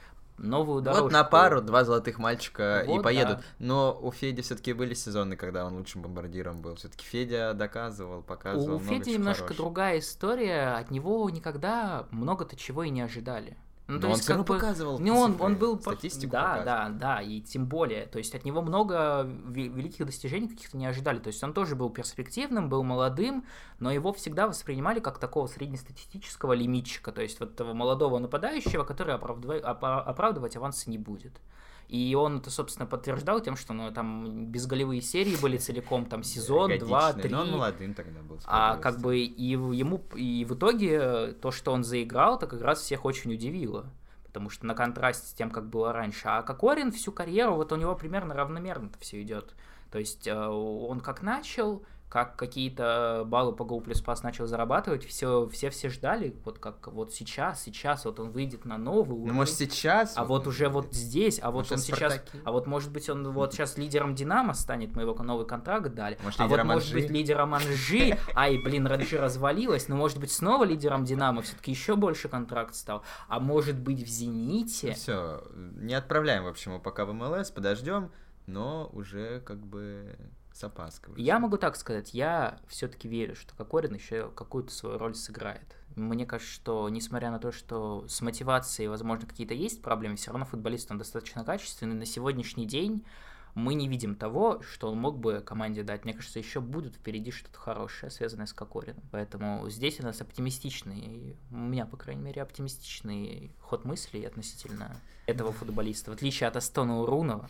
новую дорожку. Вот на пару два золотых мальчика вот, и поедут. Да. Но у Феди все-таки были сезоны, когда он лучшим бомбардиром был. Все-таки Федя доказывал, показывал. У Феди немножко хорошего. Другая история. От него никогда много-то чего и не ожидали. Ну, но то он есть, все равно бы, показывал не он, он был статистику да, показывал. да, да, и тем более, то есть от него много великих достижений каких-то не ожидали, то есть он тоже был перспективным, был молодым, но его всегда воспринимали как такого среднестатистического лимитчика, то есть вот этого молодого нападающего, который оправдывать, оправдывать авансы не будет. И он это, собственно, подтверждал тем, что ну, там безголевые серии были целиком, там сезон, Годичный, два, три. Но он молодым тогда был. А как бы и ему и в итоге то, что он заиграл, то как раз всех очень удивило. Потому что на контрасте с тем, как было раньше. А Кокорин всю карьеру, вот у него примерно равномерно это все идет. То есть он как начал, как какие-то баллы по гол плюс пас начал зарабатывать, все, все все ждали, вот как вот сейчас, сейчас вот он выйдет на новый уровень. Ну, может, сейчас? А вот, вот уже вот здесь, а вот он сейчас, Спартаки. А вот может быть он вот сейчас лидером Динамо станет, мы его новый контракт дали. Может, а вот Анжи? Может быть лидером Анжи, ай, блин, Анжи развалилась, но может быть снова лидером Динамо, все-таки еще больше контракт стал. А может быть в Зените? Ну, все, не отправляем, в общем, его пока в МЛС, подождем, но уже как бы... с опаской. Я могу так сказать, я все-таки верю, что Кокорин еще какую-то свою роль сыграет. Мне кажется, что несмотря на то, что с мотивацией, возможно, какие-то есть проблемы, все равно футболист он достаточно качественный. На сегодняшний день мы не видим того, что он мог бы команде дать. Мне кажется, еще будет впереди что-то хорошее, связанное с Кокорином. Поэтому здесь у нас оптимистичный, у меня, по крайней мере, оптимистичный ход мыслей относительно этого футболиста. В отличие от Астона Урунова.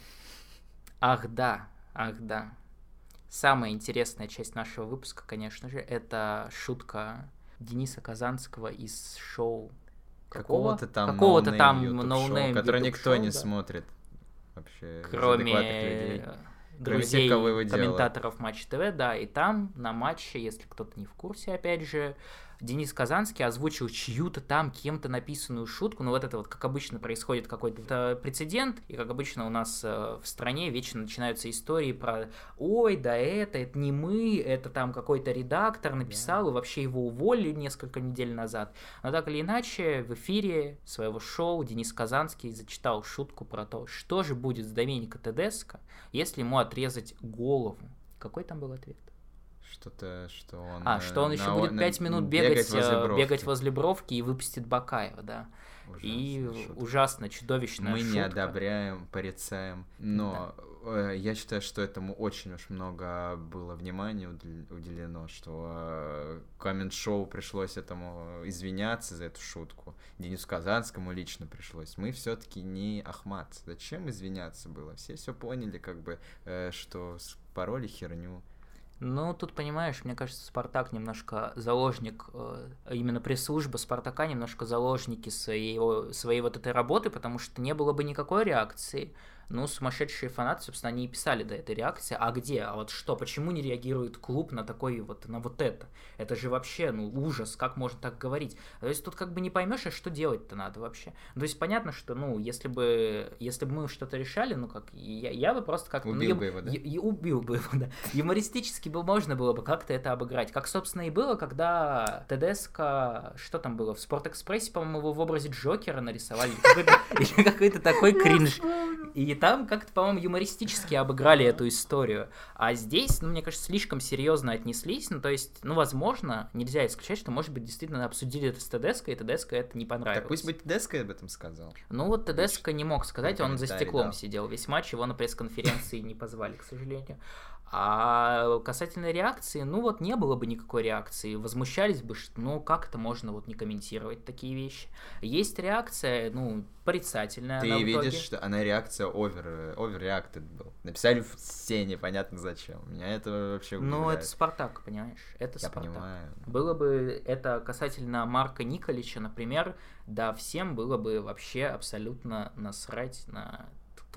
Ах да, ах да. Самая интересная часть нашего выпуска, конечно же, это шутка Дениса Казанского из шоу какого-то там, какого-то no там no-name, который никто шоу, не да? смотрит вообще. Кроме друзей, комментаторов Матч ТВ, да, и там на матче, если кто-то не в курсе, опять же, Денис Казанский озвучил чью-то там кем-то написанную шутку, ну вот это вот, как обычно, происходит какой-то прецедент, и как обычно у нас э, в стране вечно начинаются истории про «Ой, да это, это не мы, это там какой-то редактор написал, yeah. и вообще его уволили несколько недель назад». Но так или иначе, в эфире своего шоу Денис Казанский зачитал шутку про то, что же будет с Доменико Тедеско, если ему отрезать голову. Какой там был ответ? Что-то, что он... А, что он еще на, будет пять минут бегать, бегать, возле бровки. бегать возле бровки и выпустит Бакаева, да. Ужасно, и шутка. Ужасно, чудовищная Мы шутка. не одобряем, порицаем, но да. я считаю, что этому очень уж много было внимания уделено, что коммент-шоу пришлось этому извиняться за эту шутку, Денису Казанскому лично пришлось. Мы все-таки не Ахмат. Зачем извиняться было? Все все поняли, как бы, что спороли херню. Ну, тут, понимаешь, мне кажется, Спартак немножко заложник, именно пресс-служба Спартака немножко заложники своей, своей вот этой работы, потому что не было бы никакой реакции. Ну, сумасшедшие фанаты, собственно, они и писали до этой реакции. А где? А вот что? Почему не реагирует клуб на такой вот, на вот это? Это же вообще, ну, ужас, как можно так говорить? То есть тут как бы не поймешь, а что делать-то надо вообще? То есть понятно, что, ну, если бы, если бы мы что-то решали, ну, как, я, я бы просто как-то... Убил ну, бы его, да? Я, я, убил бы его, да. Юмористически бы можно было бы как-то это обыграть. Как, собственно, и было, когда Тедеско, что там было, в Спортэкспрессе, по-моему, его в образе Джокера нарисовали. Или какой-то такой кринж. И там как-то, по-моему, юмористически обыграли эту историю. А здесь, ну, мне кажется, слишком серьезно отнеслись. Ну, то есть, ну, возможно, нельзя исключать, что, может быть, действительно обсудили это с Тедеско, и Тедеско это не понравилось. Так пусть бы Тедеско об этом сказал. Ну, вот Тедеско не мог сказать, он за стеклом сидел весь матч, его на пресс-конференции не позвали, к сожалению. А касательно реакции, ну вот не было бы никакой реакции, возмущались бы, что ну как это можно вот не комментировать такие вещи. Есть реакция, ну, порицательная. Ты видишь, что она реакция over, overreacted был. Написали в сцене, непонятно зачем. Меня это вообще удивляет. Ну, это Спартак, понимаешь? Это Я Спартак. Понимаю. Было бы это касательно Марка Николича, например, да, всем было бы вообще абсолютно насрать на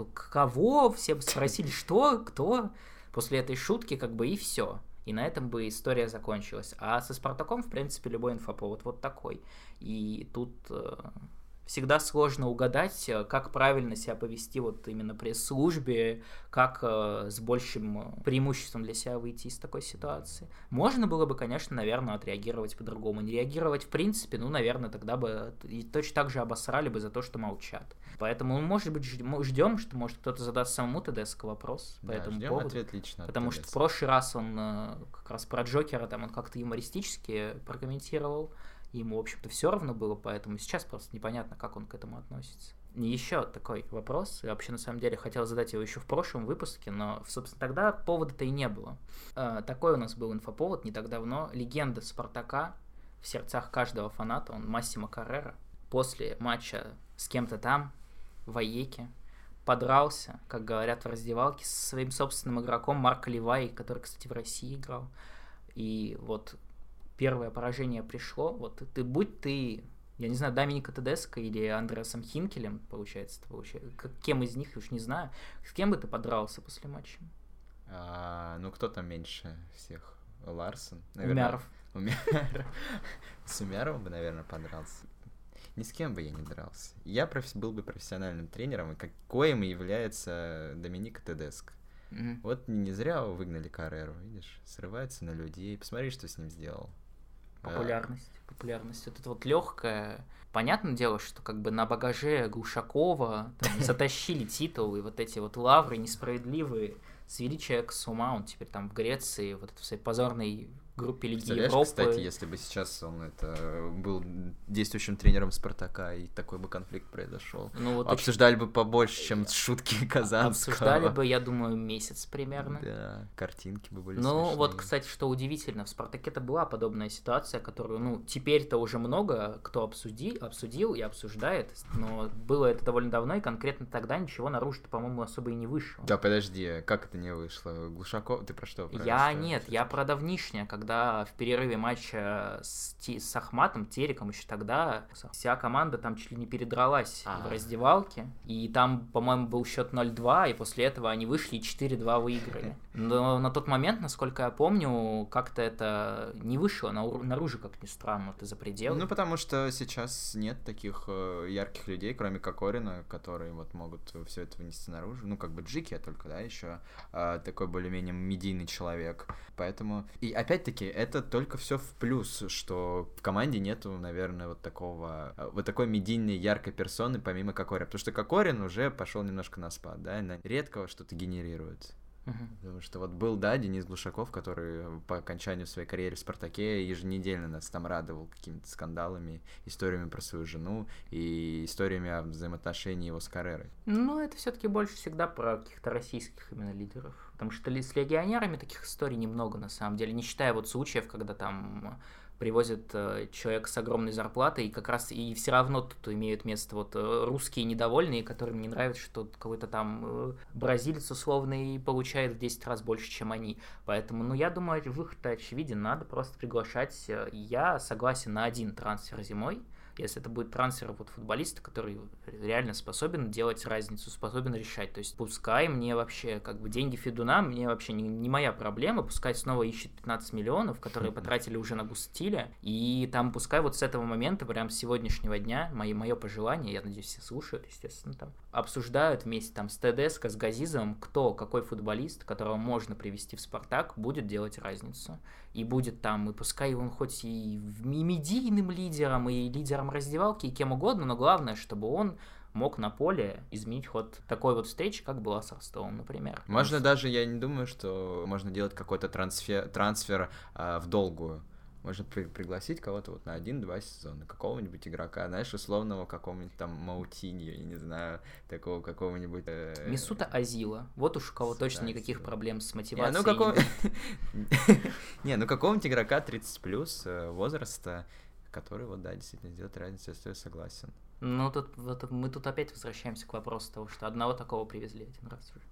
кого, все бы спросили, что, кто... После этой шутки как бы и все. И на этом бы история закончилась. А со Спартаком, в принципе, любой инфоповод вот такой. И тут э, всегда сложно угадать, как правильно себя повести вот именно пресс-службе, как э, с большим преимуществом для себя выйти из такой ситуации. Можно было бы, конечно, наверное, отреагировать по-другому. Не реагировать в принципе, ну, наверное, тогда бы и точно так же обосрали бы за то, что молчат. Поэтому, может быть, ждем, что, может, кто-то задаст самому Тедеско вопрос по да, этому ждем поводу. Ответ лично потому что в прошлый раз он как раз про Джокера там он как-то юмористически прокомментировал. Ему, в общем-то, все равно было, поэтому сейчас просто непонятно, как он к этому относится. И еще такой вопрос. Я вообще, на самом деле, хотел задать его еще в прошлом выпуске, но, собственно, тогда повода-то и не было. Такой у нас был инфоповод не так давно. Легенда Спартака в сердцах каждого фаната, он Массимо Каррера, после матча с кем-то там, в Аеке, подрался, как говорят в раздевалке, со своим собственным игроком Марко Ливай, который, кстати, в России играл. И вот первое поражение пришло. Вот ты, будь ты, я не знаю, Доменико Тедеско или Андреасом Хинкелем, получается, получается, кем из них, уж не знаю, с кем бы ты подрался после матча? А, ну, кто там меньше всех? Ларсон? Наверное. Умяров. Умяров. С Умяровым бы, наверное, подрался. Ни с кем бы я не дрался. Я профи- был бы профессиональным тренером, и каким является Доменико Тедеско. Mm-hmm. Вот не зря его выгнали Карреру, видишь, срывается на людей. Посмотри, что с ним сделал. Популярность, а... популярность. Вот это вот легкая. Понятное дело, что как бы на багаже Глушакова там, затащили титулы, вот эти вот лавры несправедливые, свели человека с ума. Он теперь там в Греции, вот это в своей позорной группе Лиги Европы. Кстати, если бы сейчас он это был действующим тренером Спартака, и такой бы конфликт произошел, ну, вот обсуждали еще... бы побольше, чем шутки Казанского. Обсуждали бы, я думаю, месяц примерно. Да, картинки бы были Ну, смешные. вот, кстати, что удивительно, в Спартаке-то была подобная ситуация, которую, ну, теперь-то уже много кто обсуди... обсудил и обсуждает, но было это довольно давно, и конкретно тогда ничего наружу-то, по-моему, особо и не вышло. Да, подожди, как это не вышло? Глушаков, ты про что? Про я что? нет, я про давнишнее, когда когда в перерыве матча с, с Ахматом, Тереком еще тогда вся команда там чуть ли не передралась А-а-а. в раздевалке, и там, по-моему, был счет ноль-два, и после этого они вышли и четыре-два выиграли. Но на тот момент, насколько я помню, как-то это не вышло наружу, как ни странно, ты за пределы. Ну, потому что сейчас нет таких э, ярких людей, кроме Кокорина, которые вот могут все это вынести наружу. Ну, как бы Джики только, да, еще э, такой более-менее медийный человек. Поэтому... И опять-таки, это только все в плюс, что в команде нету, наверное, вот такого... Вот такой медийной, яркой персоны, помимо Кокорина. Потому что Кокорин уже пошел немножко на спад, да, редко что-то генерирует. Uh-huh. Потому что вот был, да, Денис Глушаков, который по окончанию своей карьеры в «Спартаке» еженедельно нас там радовал какими-то скандалами, историями про свою жену и историями о взаимоотношении его с Каррерой. Ну, это все-таки больше всегда про каких-то российских именно лидеров. Потому что с легионерами таких историй немного, на самом деле, не считая вот случаев, когда там... привозят э, человека с огромной зарплатой, и как раз и все равно тут имеют место вот э, русские недовольные, которым не нравится, что какой-то там э, бразилец условный получает в десять раз больше, чем они. Поэтому, ну, я думаю, выход-то очевиден, надо просто приглашать. Я согласен на один трансфер зимой, если это будет трансфер вот футболиста, который реально способен делать разницу, способен решать. То есть пускай мне вообще, как бы, деньги Федуна, мне вообще не, не моя проблема, пускай снова ищет пятнадцать миллионов, которые потратили уже на Густиля, и там пускай вот с этого момента, прям с сегодняшнего дня, мое, мое пожелание, я надеюсь, все слушают, естественно, там, обсуждают вместе там с ТДСК, с Газизовым, кто, какой футболист, которого можно привести в Спартак, будет делать разницу. И будет там, и пускай он хоть и медийным лидером, и лидером раздевалки, и кем угодно, но главное, чтобы он мог на поле изменить ход такой вот встречи, как была с Ростовом, например. Можно Потому даже, я не думаю, что можно делать какой-то трансфер, трансфер а, в долгую. Можно при- пригласить кого-то вот на один-два сезона, какого-нибудь игрока, знаешь, условного какого-нибудь там Маутиньо, я не знаю, такого какого-нибудь... Э... Мисута Азила. Вот уж у кого Мисута точно никаких Азила. Проблем с мотивацией. Не, ну, какого... не, ну какого-нибудь игрока тридцать плюс возраста, который вот, да, действительно сделает разницу, если я согласен. Ну, тут, вот, мы тут опять возвращаемся к вопросу того, что одного такого привезли один раз уже.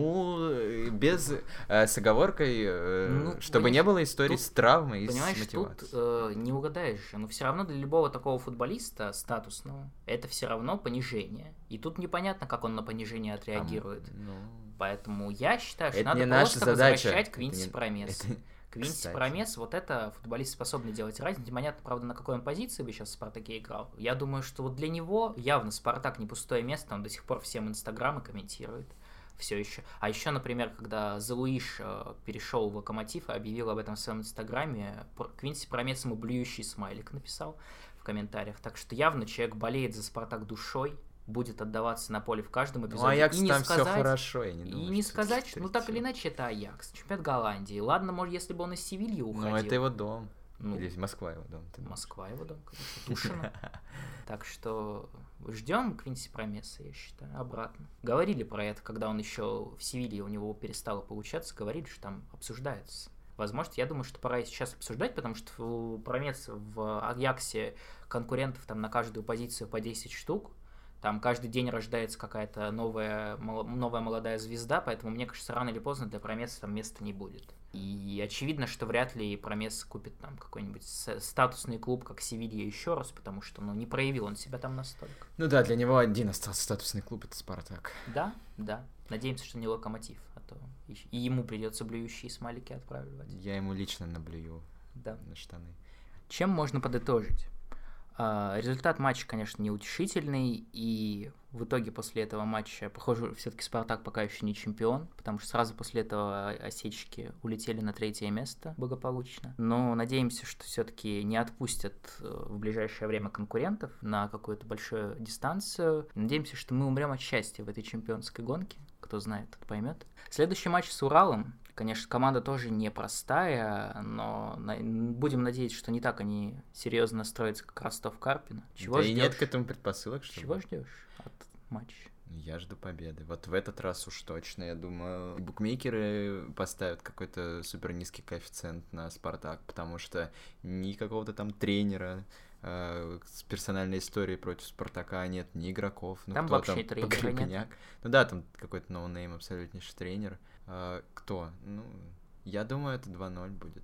Ну, без, э, с оговоркой, э, ну, чтобы не было истории с травмой и с мотивацией. Понимаешь, тут э, не угадаешь же, но все равно для любого такого футболиста статусного это все равно понижение. И тут непонятно, как он на понижение отреагирует. А, ну... Поэтому я считаю, что это надо просто возвращать Квинси Промес. Это... Квинси Промес, вот это футболист, способный делать разницу. Непонятно, правда, на какой он позиции бы сейчас в «Спартаке» играл. Я думаю, что вот для него явно «Спартак» не пустое место, он до сих пор всем инстаграмы комментирует. Все еще. А еще, например, когда Залуиш э, перешел в «Локомотив» и объявил об этом в своем инстаграме, Квинси Промес ему блюющий смайлик написал в комментариях. Так что явно человек болеет за «Спартак» душой, будет отдаваться на поле в каждом эпизоде. Ну, Аякс и не там сказать, все хорошо, я не думаю. И не сказать, что, ну так или иначе, это Аякс, чемпионат Голландии. Ладно, может, если бы он из Севильи уходил. Ну, это его дом. Ну, или Москва его дом. Москва его дом, конечно, Тушино. Так что ждем Квинси Промеса, я считаю, обратно. Говорили про это, когда он еще в Севилье, у него перестало получаться, говорили, что там обсуждается. Возможно, я думаю, что пора и сейчас обсуждать, потому что у Промеса в Аяксе конкурентов там на каждую позицию по десять штук. Там каждый день рождается какая-то новая, новая молодая звезда, поэтому, мне кажется, рано или поздно для Промеса там места не будет. И очевидно, что вряд ли Промес купит там какой-нибудь статусный клуб, как Севилья, еще раз, потому что, ну, не проявил он себя там настолько. Ну да, для него один остался статусный клуб, это Спартак. Да, да. Надеемся, что не Локомотив, а то и ему придется блюющие смайлики отправлять. Я ему лично наблюю да. на штаны. Чем можно подытожить? Результат матча, конечно, неутешительный, и в итоге после этого матча, похоже, все-таки Спартак пока еще не чемпион, потому что сразу после этого осечки улетели на третье место благополучно. Но надеемся, что все-таки не отпустят в ближайшее время конкурентов на какую-то большую дистанцию. Надеемся, что мы умрем от счастья в этой чемпионской гонке. Кто знает, тот поймет. Следующий матч с Уралом. Конечно, команда тоже непростая, но на... будем надеяться, что не так они серьезно настроятся, как Ростов-Карпино. Чего да ждешь? И нет к этому предпосылок, что Чего ждешь от матча? Я жду победы. Вот в этот раз уж точно, я думаю, букмекеры поставят какой-то супер низкий коэффициент на Спартак, потому что ни какого-то там тренера э, с персональной историей против Спартака нет, ни игроков. Ну, там кто вообще там? тренера нет. Ну да, там какой-то ноунейм абсолютнейший тренер. Uh, кто? Ну, я думаю, это два ноль будет.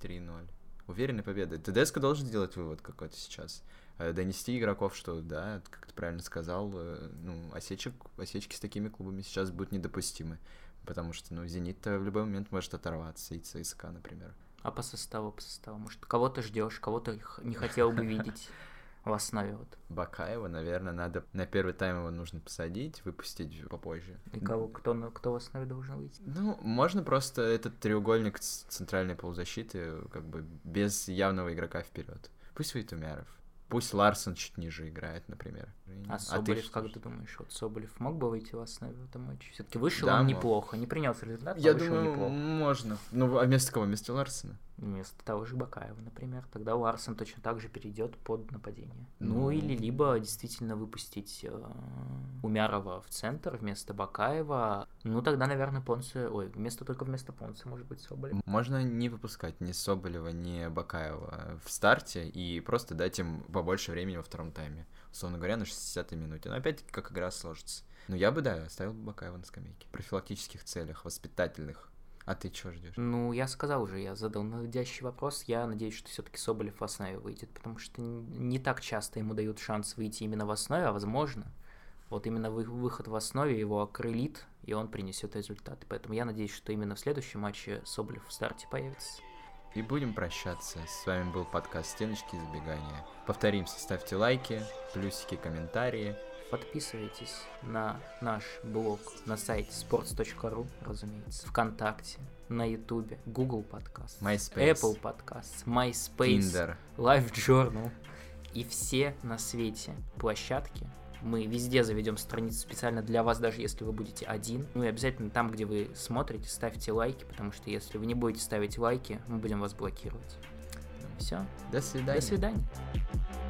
три ноль. Уверенная победа. ТДСК должен сделать вывод какой-то сейчас. Донести игроков, что, да, как ты правильно сказал, ну, осечек, осечки с такими клубами сейчас будут недопустимы. Потому что, ну, Зенит-то в любой момент может оторваться, и ЦСКА, например. А по составу, по составу? Может, кого-то ждешь, кого-то не хотел бы видеть в основе? Вот. Бакаева, наверное, надо на первый тайм его нужно посадить, выпустить попозже. И кого, кто, кто в основе должен выйти? Ну, можно просто этот треугольник центральной полузащиты как бы без явного игрока вперед. Пусть выйдет Умяров. Пусть Ларсон чуть ниже играет, например. А Соболев, а ты как ты думаешь, вот Соболев мог бы выйти в основе в этом матче? Все-таки вышел да, он мог. неплохо, не принес результат, Я но вышел думаю, неплохо. можно. Ну, а вместо кого? Вместо Ларсона? Вместо того же Бакаева, например. Тогда Ларсон точно так же перейдет под нападение. Ну, ну или либо действительно выпустить э, Умярова в центр вместо Бакаева. Ну, тогда, наверное, Понце... Ой, вместо только вместо Понце, может быть, Соболев. Можно не выпускать ни Соболева, ни Бакаева в старте и просто дать им побольше времени во втором тайме. Условно говоря, на шестидесятой минуте. Но опять-таки, как игра сложится. Но я бы, да, оставил бы Бакаева на скамейке. В профилактических целях, воспитательных. А ты чего ждешь? Ну, я сказал уже, я задал наводящий вопрос. Я надеюсь, что все-таки Соболев в основе выйдет, потому что не так часто ему дают шанс выйти именно в основе, а возможно, вот именно выход в основе его окрылит, и он принесет результат. Поэтому я надеюсь, что именно в следующем матче Соболев в старте появится. И будем прощаться. С вами был подкаст «Стеночки и забегания». Повторимся, ставьте лайки, плюсики, комментарии. Подписывайтесь на наш блог на сайте sports точка ру, разумеется, ВКонтакте, на Ютубе, Google Podcast, MySpace, Apple Podcast, MySpace, Tinder, LiveJournal и все на свете площадки. Мы везде заведем страницу специально для вас, даже если вы будете один. Ну и обязательно там, где вы смотрите, ставьте лайки, потому что если вы не будете ставить лайки, мы будем вас блокировать. Все. До свидания. До свидания.